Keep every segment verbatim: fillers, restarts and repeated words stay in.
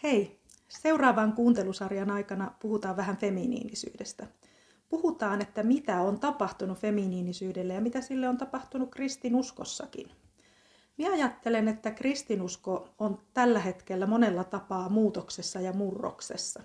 Hei! Seuraavan kuuntelusarjan aikana puhutaan vähän feminiinisyydestä. Puhutaan, että mitä on tapahtunut feminiinisyydelle ja mitä sille on tapahtunut kristinuskossakin. Minä ajattelen, että kristinusko on tällä hetkellä monella tapaa muutoksessa ja murroksessa.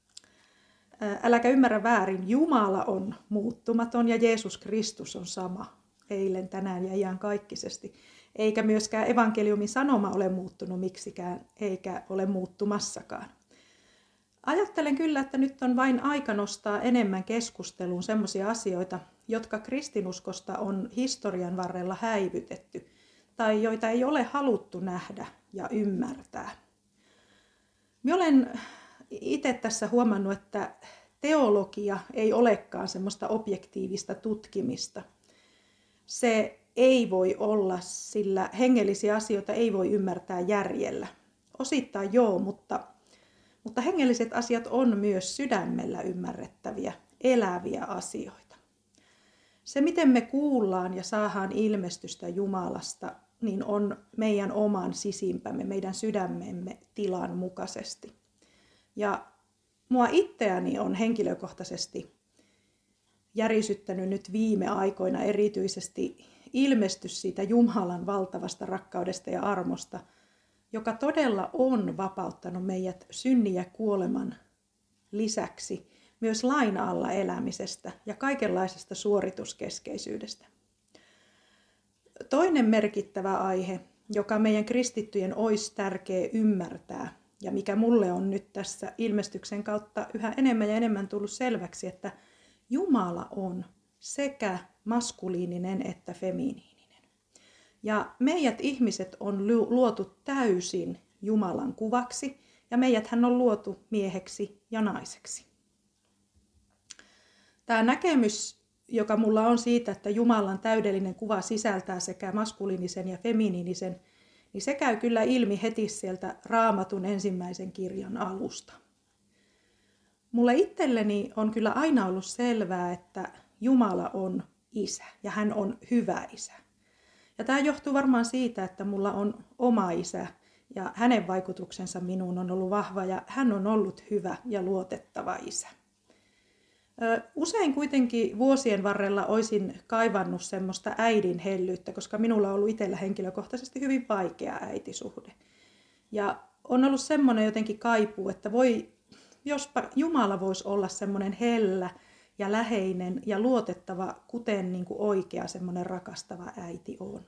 Äläkä ymmärrä väärin, Jumala on muuttumaton ja Jeesus Kristus on sama, eilen, tänään ja iankaikkisesti. Eikä myöskään evankeliumin sanoma ole muuttunut miksikään, eikä ole muuttumassakaan. Ajattelen kyllä, että nyt on vain aika nostaa enemmän keskusteluun sellaisia asioita, jotka kristinuskosta on historian varrella häivytetty, tai joita ei ole haluttu nähdä ja ymmärtää. Minä olen itse tässä huomannut, että teologia ei olekaan semmoista objektiivista tutkimista. Se ei voi olla, sillä hengellisiä asioita ei voi ymmärtää järjellä. Osittain joo, mutta, mutta hengelliset asiat on myös sydämellä ymmärrettäviä, eläviä asioita. Se, miten me kuullaan ja saadaan ilmestystä Jumalasta, niin on meidän oman sisimpämme, meidän sydämemme tilan mukaisesti. Ja mua itseäni on henkilökohtaisesti järisyttänyt nyt viime aikoina erityisesti ilmestys siitä Jumalan valtavasta rakkaudesta ja armosta, joka todella on vapauttanut meidät synnin ja kuoleman lisäksi myös lain alla elämisestä ja kaikenlaisesta suorituskeskeisyydestä. Toinen merkittävä aihe, joka meidän kristittyjen olisi tärkeä ymmärtää ja mikä mulle on nyt tässä ilmestyksen kautta yhä enemmän ja enemmän tullut selväksi, että Jumala on sekä maskuliininen että feminiininen. Ja meidät ihmiset on luotu täysin Jumalan kuvaksi ja meidäthän on luotu mieheksi ja naiseksi. Tämä näkemys, joka mulla on siitä, että Jumalan täydellinen kuva sisältää sekä maskuliinisen ja feminiinisen, niin se käy kyllä ilmi heti sieltä Raamatun ensimmäisen kirjan alusta. Mulle itselleni on kyllä aina ollut selvää, että Jumala on isä ja hän on hyvä isä. Ja tämä johtuu varmaan siitä, että mulla on oma isä ja hänen vaikutuksensa minuun on ollut vahva ja hän on ollut hyvä ja luotettava isä. Usein kuitenkin vuosien varrella olisin kaivannut semmoista äidin hellyyttä, koska minulla on ollut itsellä henkilökohtaisesti hyvin vaikea äitisuhde. Ja on ollut semmoinen jotenkin kaipuu, että voi, jospa Jumala voisi olla semmoinen hellä ja läheinen ja luotettava, kuten niin kuin oikea semmoinen rakastava äiti on.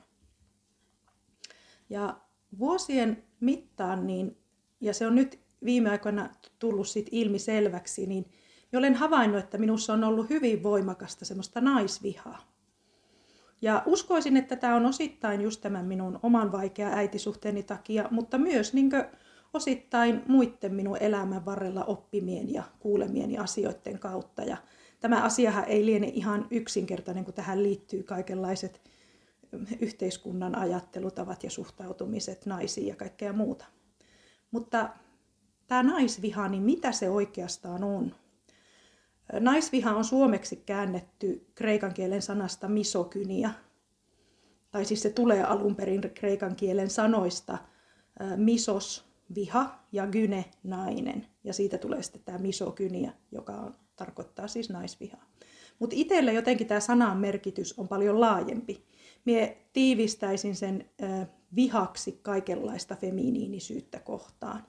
Ja vuosien mittaan, niin, ja se on nyt viime aikoina tullut sit ilmi selväksi, niin olen havainnut, että minussa on ollut hyvin voimakasta semmoista naisvihaa. Ja uskoisin, että tämä on osittain just tämän minun oman vaikea äitisuhteeni takia, mutta myös niin kuin osittain muiden minun elämän varrella oppimien ja kuulemieni asioiden kautta. Ja tämä asiahan ei liene ihan yksinkertainen, kun tähän liittyy kaikenlaiset yhteiskunnan ajattelutavat ja suhtautumiset naisiin ja kaikkea muuta. Mutta tämä naisviha, niin mitä se oikeastaan on? Naisviha on suomeksi käännetty kreikan kielen sanasta misogynia. Tai siis se tulee alun perin kreikan kielen sanoista misos, viha ja gyne, nainen. Ja siitä tulee sitten tämä misogynia, joka on, tarkoittaa siis naisvihaa. Mutta itselle jotenkin tämä sanan merkitys on paljon laajempi. Mie tiivistäisin sen äh, vihaksi kaikenlaista feminiinisyyttä kohtaan.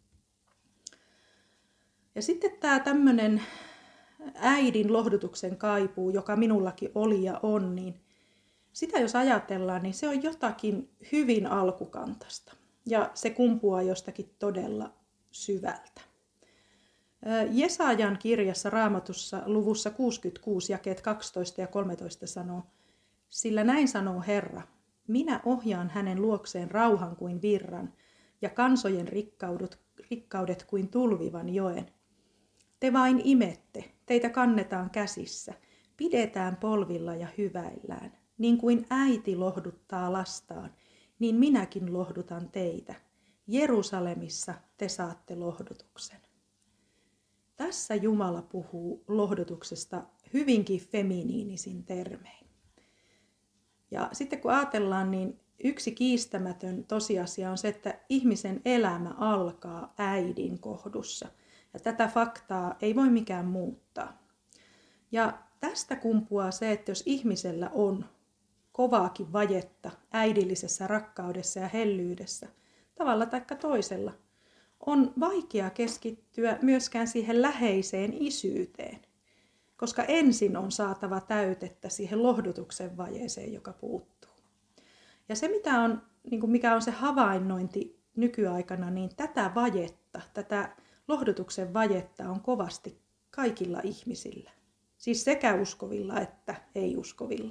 Ja sitten tämä tämmöinen äidin lohdutuksen kaipuu, joka minullakin oli ja on, niin sitä jos ajatellaan, niin se on jotakin hyvin alkukantaista. Ja se kumpuaa jostakin todella syvältä. Jesajan kirjassa Raamatussa luvussa kuusikymmentäkuusi jakeet kaksitoista ja kolmetoista sanoo, sillä näin sanoo Herra, minä ohjaan hänen luokseen rauhan kuin virran ja kansojen rikkaudet, rikkaudet kuin tulvivan joen. Te vain imette, teitä kannetaan käsissä, pidetään polvilla ja hyväillään. Niin kuin äiti lohduttaa lastaan, niin minäkin lohdutan teitä. Jerusalemissa te saatte lohdutuksen. Tässä Jumala puhuu lohdutuksesta hyvinkin feminiinisin termein. Ja sitten kun ajatellaan, niin yksi kiistämätön tosiasia on se, että ihmisen elämä alkaa äidin kohdussa. Ja tätä faktaa ei voi mikään muuttaa. Ja tästä kumpuaa se, että jos ihmisellä on kovaakin vajetta äidillisessä rakkaudessa ja hellyydessä, tavalla tai toisella, on vaikea keskittyä myöskään siihen läheiseen isyyteen, koska ensin on saatava täytettä siihen lohdutuksen vajeeseen, joka puuttuu. Ja se, mitä on, niin kuin mikä on se havainnointi nykyaikana, niin tätä vajetta, tätä lohdutuksen vajetta on kovasti kaikilla ihmisillä. Siis sekä uskovilla että ei-uskovilla.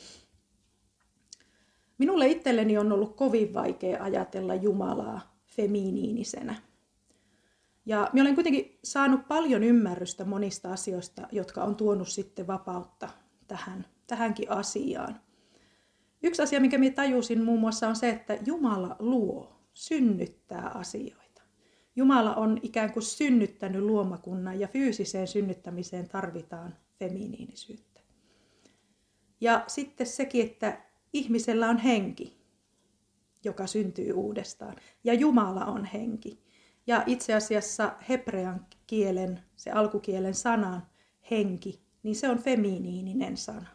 Minulle itselleni on ollut kovin vaikea ajatella Jumalaa feminiinisenä. Ja minä olen kuitenkin saanut paljon ymmärrystä monista asioista, jotka on tuonut sitten vapautta tähän, tähänkin asiaan. Yksi asia, minkä minä tajusin muun muassa on se, että Jumala luo, synnyttää asioita. Jumala on ikään kuin synnyttänyt luomakunnan ja fyysiseen synnyttämiseen tarvitaan feminiinisyyttä. Ja sitten sekin, että ihmisellä on henki, joka syntyy uudestaan, ja Jumala on henki. Ja itse asiassa hebrean kielen, se alkukielen sanan henki, niin se on feminiininen sana.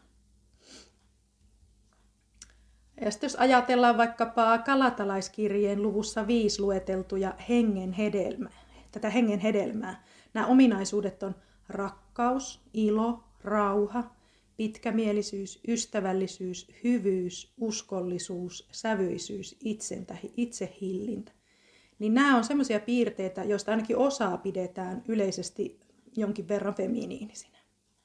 Ja sitten jos ajatellaan vaikkapa Galatalaiskirjeen luvussa viisi lueteltuja hengen hedelmää, tätä hengen hedelmää, nämä ominaisuudet on rakkaus, ilo, rauha, pitkämielisyys, ystävällisyys, hyvyys, uskollisuus, sävyisyys, itsentä, itsehillintä. Niin nämä on semmoisia piirteitä, joista ainakin osaa pidetään yleisesti jonkin verran feminiinisinä.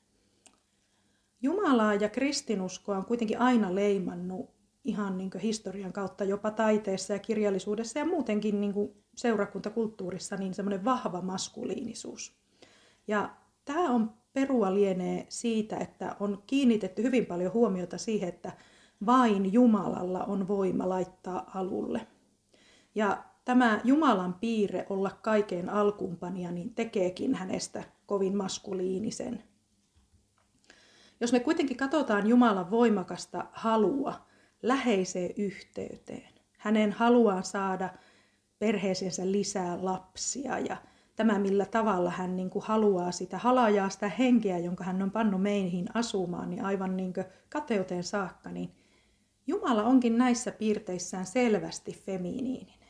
Jumalaa ja kristinuskoa on kuitenkin aina leimannut ihan niin kuin historian kautta jopa taiteessa ja kirjallisuudessa ja muutenkin niin kuin seurakuntakulttuurissa niin semmoinen vahva maskuliinisuus. Ja tämä on perua lienee siitä, että on kiinnitetty hyvin paljon huomiota siihen, että vain Jumalalla on voima laittaa alulle. Ja tämä Jumalan piirre olla kaiken alkuunpanija niin tekeekin hänestä kovin maskuliinisen. Jos me kuitenkin katsotaan Jumalan voimakasta halua läheiseen yhteyteen, hänen haluaan saada perheeseensä lisää lapsia ja tämä millä tavalla hän niin kuin haluaa sitä halajaa sitä henkeä, jonka hän on pannut meihin asumaan, niin aivan niin kuin kateuteen saakka, niin Jumala onkin näissä piirteissään selvästi feminiininen.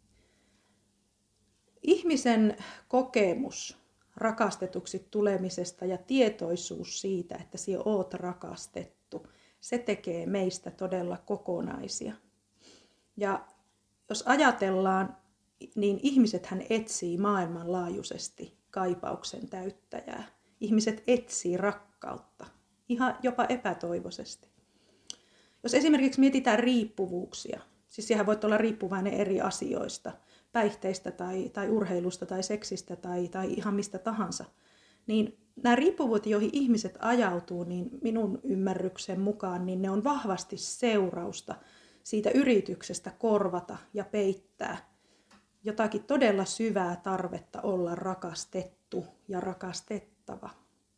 Ihmisen kokemus rakastetuksi tulemisesta ja tietoisuus siitä, että sinä oot rakastettu, se tekee meistä todella kokonaisia. Ja jos ajatellaan, niin ihmisethän etsii maailmanlaajuisesti kaipauksen täyttäjää. Ihmiset etsii rakkautta, ihan jopa epätoivoisesti. Jos esimerkiksi mietitään riippuvuuksia, siis siihen voit olla riippuvainen eri asioista, päihteistä tai, tai urheilusta tai seksistä tai, tai ihan mistä tahansa, niin nämä riippuvuudet, joihin ihmiset ajautuu, niin minun ymmärryksen mukaan, niin ne on vahvasti seurausta siitä yrityksestä korvata ja peittää jotakin todella syvää tarvetta olla rakastettu ja rakastettava.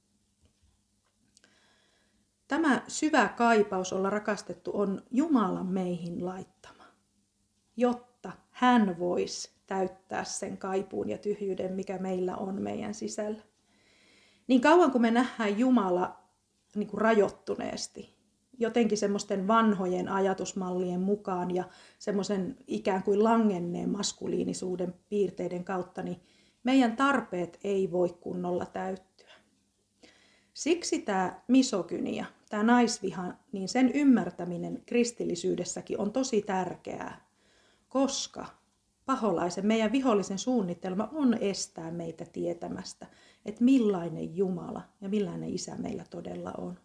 Tämä syvä kaipaus olla rakastettu on Jumalan meihin laittama, jotta hän voisi täyttää sen kaipuun ja tyhjyyden, mikä meillä on meidän sisällä. Niin kauan kuin me nähdään Jumala niin kuin rajoittuneesti, jotenkin semmoisten vanhojen ajatusmallien mukaan ja semmoisen ikään kuin langenneen maskuliinisuuden piirteiden kautta, niin meidän tarpeet ei voi kunnolla täyttyä. Siksi tämä misogynia, tämä naisviha, niin sen ymmärtäminen kristillisyydessäkin on tosi tärkeää, koska paholaisen, meidän vihollisen suunnitelma on estää meitä tietämästä, että millainen Jumala ja millainen Isä meillä todella on.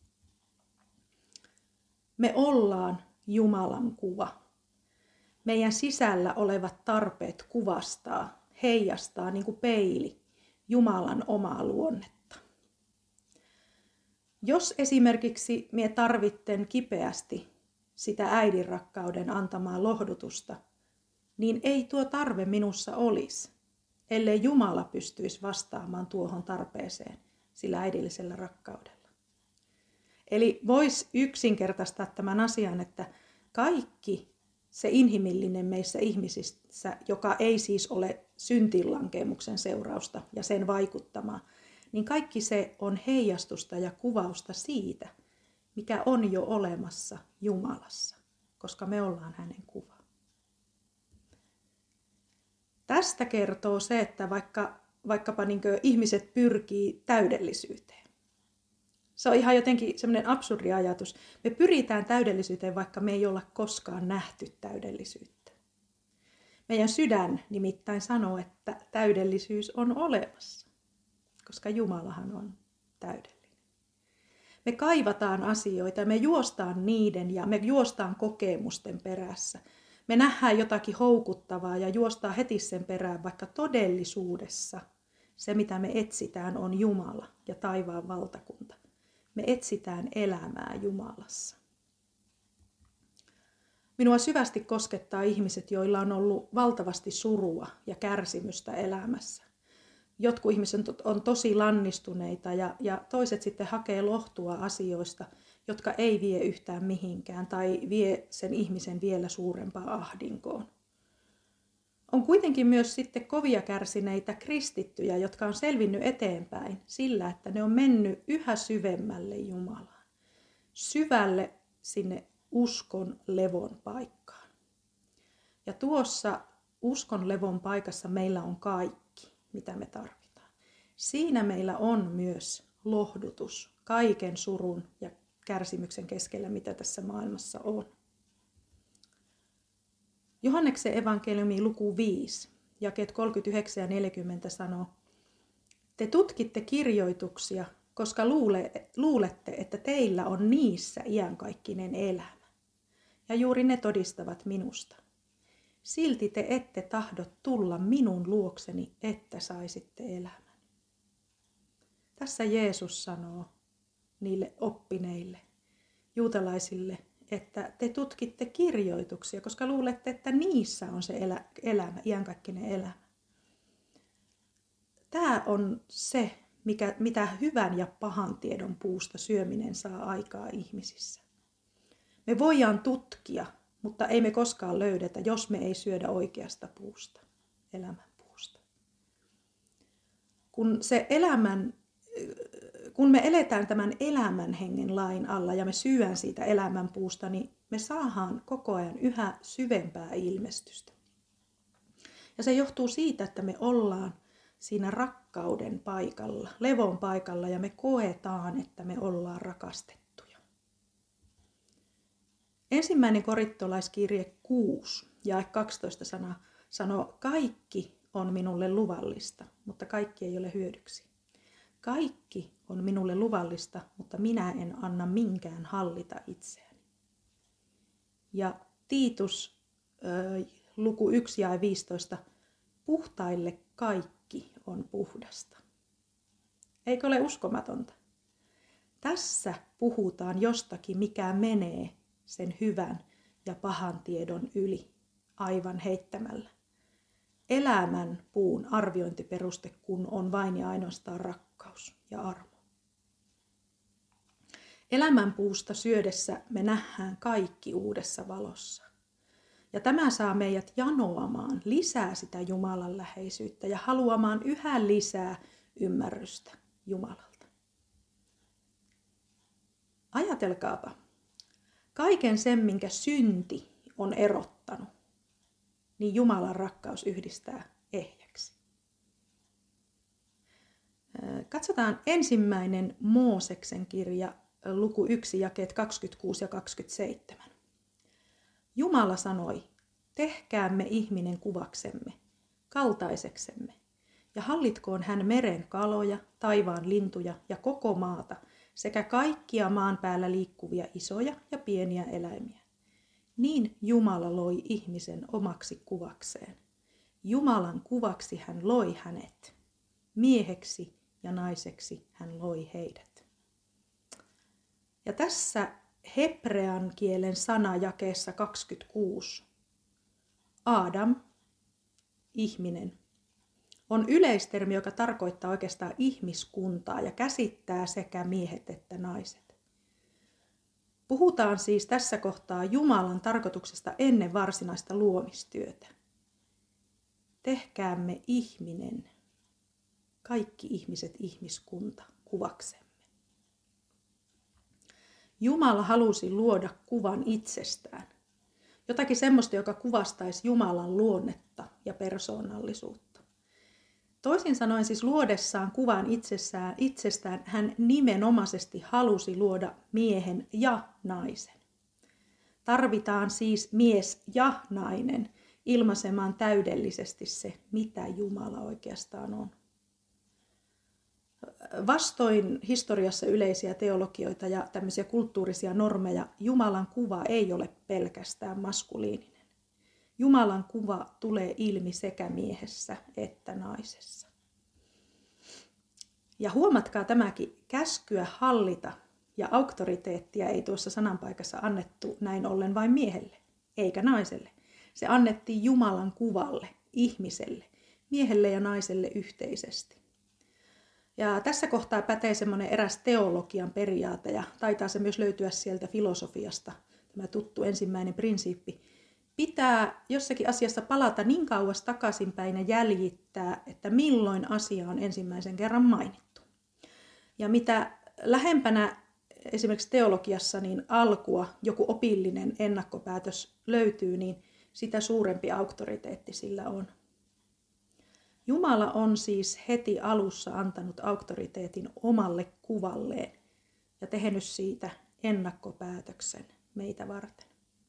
Me ollaan Jumalan kuva. Meidän sisällä olevat tarpeet kuvastaa, heijastaa niin kuin peili Jumalan omaa luonnetta. Jos esimerkiksi minä tarvitten kipeästi sitä äidin rakkauden antamaa lohdutusta, niin ei tuo tarve minussa olisi, ellei Jumala pystyisi vastaamaan tuohon tarpeeseen sillä äidillisellä rakkaudella. Eli voisi yksinkertaistaa tämän asian, että Kaikki se inhimillinen meissä ihmisissä, joka ei siis ole syntilankemuksen seurausta ja sen vaikuttamaa, niin kaikki se on heijastusta ja kuvausta siitä, mikä on jo olemassa Jumalassa, koska me ollaan hänen kuva. Tästä kertoo se, että vaikka, vaikkapa niin kuin ihmiset pyrkii täydellisyyteen. Se on ihan jotenkin semmoinen absurdi ajatus. Me pyritään täydellisyyteen, vaikka me ei olla koskaan nähty täydellisyyttä. Meidän sydän nimittäin sanoo, että täydellisyys on olemassa, koska Jumalahan on täydellinen. Me kaivataan asioita, me juostaan niiden ja me juostaan kokemusten perässä. Me nähdään jotakin houkuttavaa ja juostaan heti sen perään, vaikka todellisuudessa se, mitä me etsitään, on Jumala ja taivaan valtakunta. Me etsitään elämää Jumalassa. Minua syvästi koskettaa ihmiset, joilla on ollut valtavasti surua ja kärsimystä elämässä. Jotkut ihmiset on tosi lannistuneita ja, ja toiset sitten hakee lohtua asioista, jotka ei vie yhtään mihinkään tai vie sen ihmisen vielä suurempaan ahdinkoon. On kuitenkin myös sitten kovia kärsineitä kristittyjä, jotka on selvinnyt eteenpäin sillä, että ne on mennyt yhä syvemmälle Jumalaan. Syvälle sinne uskon levon paikkaan. Ja tuossa uskon levon paikassa meillä on kaikki, mitä me tarvitaan. Siinä meillä on myös lohdutus kaiken surun ja kärsimyksen keskellä, mitä tässä maailmassa on. Johanneksen evankeliumi luku viisi, jakeet kolmekymmentäyhdeksän ja neljäkymmentä sanoo, te tutkitte kirjoituksia, koska luule, luulette, että teillä on niissä iankaikkinen elämä. Ja juuri ne todistavat minusta. Silti te ette tahdo tulla minun luokseni, että saisitte elämän. Tässä Jeesus sanoo niille oppineille, juutalaisille, että te tutkitte kirjoituksia, koska luulette, että niissä on se elä, elämä, iankaikkinen elämä. Tämä on se, mikä, mitä hyvän ja pahan tiedon puusta syöminen saa aikaa ihmisissä. Me voidaan tutkia, mutta ei me koskaan löydetä, jos me ei syödä oikeasta puusta, elämän puusta. Kun se elämän Kun me eletään tämän elämän hengen lain alla ja me syön siitä elämän puusta, niin me saadaan koko ajan yhä syvempää ilmestystä. Ja se johtuu siitä, että me ollaan siinä rakkauden paikalla, levon paikalla ja me koetaan, että me ollaan rakastettuja. Ensimmäinen korintolaiskirje kuusi ja kaksitoista sana sanoo, kaikki on minulle luvallista, mutta kaikki ei ole hyödyksi. Kaikki on minulle luvallista, mutta minä en anna minkään hallita itseäni. Ja Tiitus äh, luku yksi ja viisitoista, puhtaille kaikki on puhdasta. Eikö ole uskomatonta? Tässä puhutaan jostakin, mikä menee sen hyvän ja pahan tiedon yli aivan heittämällä. Elämän puun arviointiperuste, kun on vain ja ainoastaan rakkaus ja armo. Elämän puusta syödessä me nähdään kaikki uudessa valossa. Ja tämä saa meidät janoamaan lisää sitä Jumalan läheisyyttä ja haluamaan yhä lisää ymmärrystä Jumalalta. Ajatelkaapa, kaiken sen, minkä synti on erottanut, niin Jumalan rakkaus yhdistää ehjäksi. Katsotaan ensimmäinen Mooseksen kirja, luku yksi, jakeet kaksikymmentäkuusi ja kaksikymmentäseitsemän. Jumala sanoi, tehkäämme ihminen kuvaksemme, kaltaiseksemme, ja hallitkoon hän meren kaloja, taivaan lintuja ja koko maata, sekä kaikkia maan päällä liikkuvia isoja ja pieniä eläimiä. Niin Jumala loi ihmisen omaksi kuvakseen. Jumalan kuvaksi hän loi hänet. Mieheksi ja naiseksi hän loi heidät. Ja tässä hebrean kielen sanajakeessa kaksikymmentäkuusi. Adam, ihminen, on yleistermi, joka tarkoittaa oikeastaan ihmiskuntaa ja käsittää sekä miehet että naiset. Puhutaan siis tässä kohtaa Jumalan tarkoituksesta ennen varsinaista luomistyötä. Tehkäämme ihminen, kaikki ihmiset ihmiskunta, kuvaksemme. Jumala halusi luoda kuvan itsestään. Jotakin semmoista, joka kuvastaisi Jumalan luonnetta ja persoonallisuutta. Toisin sanoen siis luodessaan kuvan itsessään, itsestään hän nimenomaisesti halusi luoda miehen ja naisen. Tarvitaan siis mies ja nainen ilmaisemaan täydellisesti se, mitä Jumala oikeastaan on. Vastoin historiassa yleisiä teologioita ja tämmöisiä kulttuurisia normeja, Jumalan kuva ei ole pelkästään maskuliininen. Jumalan kuva tulee ilmi sekä miehessä että naisessa. Ja huomatkaa tämäkin, käskyä hallita ja auktoriteettia ei tuossa sananpaikassa annettu näin ollen vain miehelle, eikä naiselle. Se annettiin Jumalan kuvalle, ihmiselle, miehelle ja naiselle yhteisesti. Ja tässä kohtaa pätee semmoinen eräs teologian periaate, ja taitaa se myös löytyä sieltä filosofiasta, tämä tuttu ensimmäinen prinsiippi. Pitää jossakin asiassa palata niin kauas takaisinpäin ja jäljittää, että milloin asia on ensimmäisen kerran mainittu. Ja mitä lähempänä esimerkiksi teologiassa niin alkua joku opillinen ennakkopäätös löytyy, niin sitä suurempi auktoriteetti sillä on. Jumala on siis heti alussa antanut auktoriteetin omalle kuvalleen ja tehnyt siitä ennakkopäätöksen meitä varten.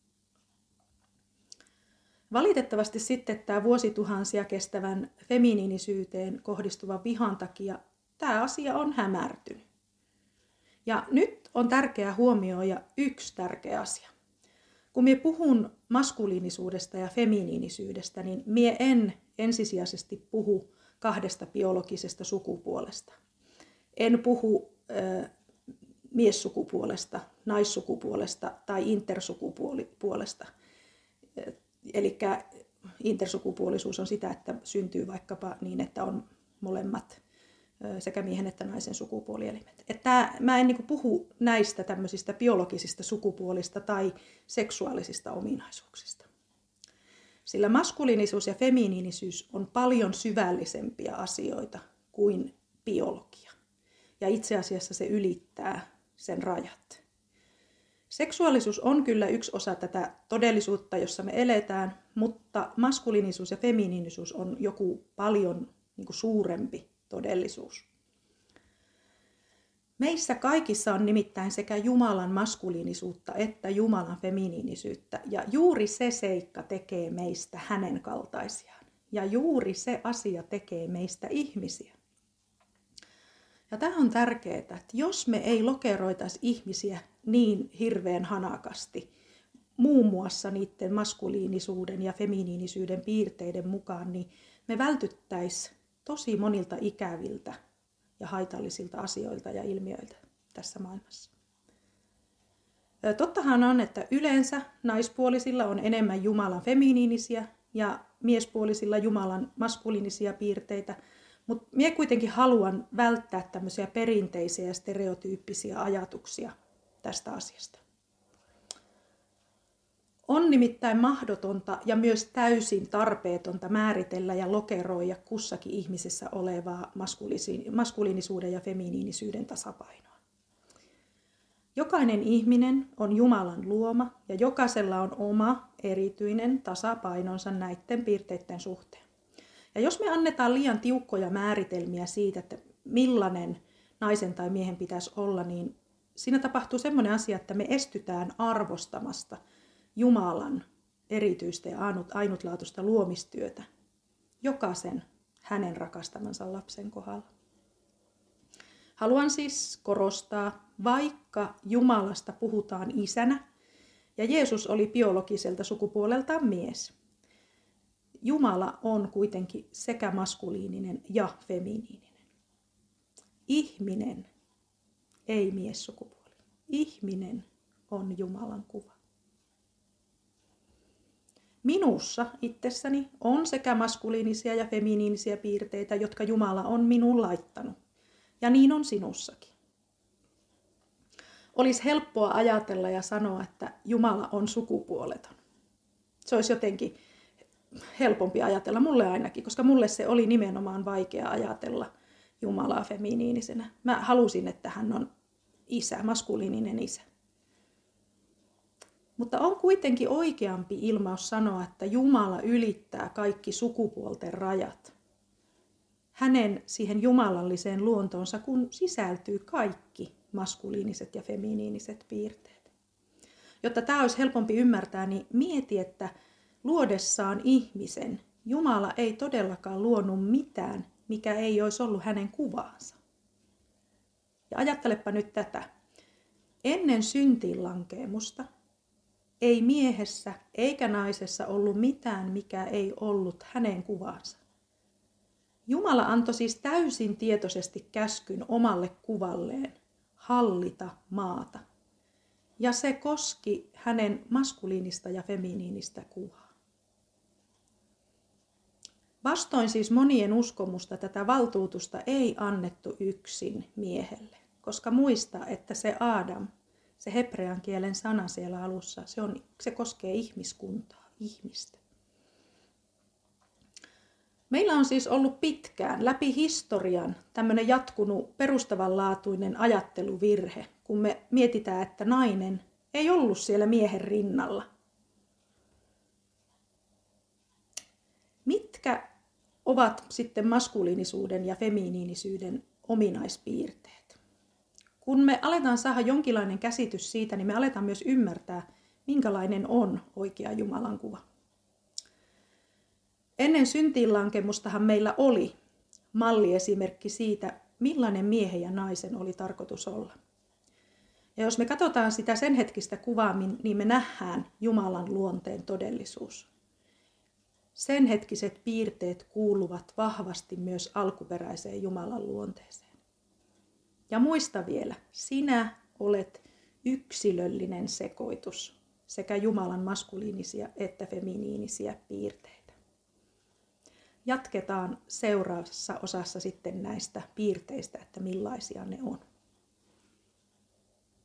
Valitettavasti sitten tämä vuosituhansia kestävän feminiinisyyteen kohdistuvan vihan takia tämä asia on hämärtynyt. Ja nyt on tärkeää huomioida yksi tärkeä asia. Kun minä puhun maskuliinisuudesta ja feminiinisyydestä, niin minä en ensisijaisesti puhu kahdesta biologisesta sukupuolesta. En puhu äh, miessukupuolesta, naissukupuolesta tai intersukupuolesta. Eli intersukupuolisuus on sitä, että syntyy vaikkapa niin, että on molemmat sekä miehen että naisen sukupuolielimet. Että mä en niin puhu näistä tämmöisistä biologisista sukupuolista tai seksuaalisista ominaisuuksista. Sillä maskuliinisuus ja feminiinisyys on paljon syvällisempiä asioita kuin biologia. Ja itse asiassa se ylittää sen rajat. Seksuaalisuus on kyllä yksi osa tätä todellisuutta, jossa me eletään, mutta maskuliinisuus ja feminiinisuus on joku paljon niin kuin suurempi todellisuus. Meissä kaikissa on nimittäin sekä Jumalan maskuliinisuutta että Jumalan feminiinisyyttä, ja juuri se seikka tekee meistä hänen kaltaisiaan. Ja juuri se asia tekee meistä ihmisiä. Ja tämä on tärkeää, että jos me ei lokeroitaisi ihmisiä niin hirveän hanakasti, muun muassa niiden maskuliinisuuden ja feminiinisyyden piirteiden mukaan, niin me vältyttäisiin tosi monilta ikäviltä ja haitallisilta asioilta ja ilmiöiltä tässä maailmassa. Tottahan on, että yleensä naispuolisilla on enemmän Jumalan feminiinisiä ja miespuolisilla Jumalan maskuliinisia piirteitä, mutta minä kuitenkin haluan välttää tämmöisiä perinteisiä ja stereotyyppisiä ajatuksia tästä asiasta. On nimittäin mahdotonta ja myös täysin tarpeetonta määritellä ja lokeroida kussakin ihmisessä olevaa maskuliinisuuden ja feminiinisyyden tasapainoa. Jokainen ihminen on Jumalan luoma ja jokaisella on oma erityinen tasapainonsa näiden piirteiden suhteen. Ja jos me annetaan liian tiukkoja määritelmiä siitä, että millainen naisen tai miehen pitäisi olla, niin siinä tapahtuu semmoinen asia, että me estytään arvostamasta Jumalan erityistä ja ainutlaatuista luomistyötä jokaisen hänen rakastamansa lapsen kohdalla. Haluan siis korostaa, vaikka Jumalasta puhutaan isänä ja Jeesus oli biologiselta sukupuoleltaan mies, Jumala on kuitenkin sekä maskuliininen ja feminiininen. Ihminen, ei miessukupuoli. Ihminen on Jumalan kuva. Minussa itsessäni on sekä maskuliinisia ja feminiinisiä piirteitä, jotka Jumala on minuun laittanut. Ja niin on sinussakin. olisi helppoa ajatella ja sanoa, että Jumala on sukupuoleton. Se olisi jotenkin helpompi ajatella, mulle ainakin, koska mulle se oli nimenomaan vaikea ajatella Jumalaa feminiinisenä. Mä halusin, että hän on isä, maskuliininen isä. Mutta on kuitenkin oikeampi ilmaus sanoa, että Jumala ylittää kaikki sukupuolten rajat. Hänen siihen jumalalliseen luontoonsa, kun sisältyy kaikki maskuliiniset ja feminiiniset piirteet. Jotta tämä olisi helpompi ymmärtää, niin mieti, että luodessaan ihmisen Jumala ei todellakaan luonut mitään, mikä ei olisi ollut hänen kuvaansa. Ja ajattelepa nyt tätä. Ennen syntiinlankeemusta ei miehessä eikä naisessa ollut mitään, mikä ei ollut hänen kuvaansa. Jumala antoi siis täysin tietoisesti käskyn omalle kuvalleen hallita maata. Ja se koski hänen maskuliinista ja feminiinistä kuvaa. Vastoin siis monien uskomusta tätä valtuutusta ei annettu yksin miehelle, koska muista, että se Adam, se hebrean kielen sana siellä alussa, se, on, se koskee ihmiskuntaa, ihmistä. Meillä on siis ollut pitkään läpi historian tämmöinen jatkunut perustavanlaatuinen ajatteluvirhe, kun me mietitään, että nainen ei ollut siellä miehen rinnalla. Mitkä ovat sitten maskuliinisuuden ja feminiinisyyden ominaispiirteet? Kun me aletaan saada jonkinlainen käsitys siitä, niin me aletaan myös ymmärtää, minkälainen on oikea Jumalan kuva. Ennen syntiinlankemustahan meillä oli malliesimerkki siitä, millainen miehen ja naisen oli tarkoitus olla. Ja jos me katsotaan sitä sen hetkistä kuvaa, niin me nähdään Jumalan luonteen todellisuus. Sen hetkiset piirteet kuuluvat vahvasti myös alkuperäiseen Jumalan luonteeseen. Ja muista vielä, sinä olet yksilöllinen sekoitus sekä Jumalan maskuliinisia että feminiinisiä piirteitä. Jatketaan seuraavassa osassa sitten näistä piirteistä, että millaisia ne on.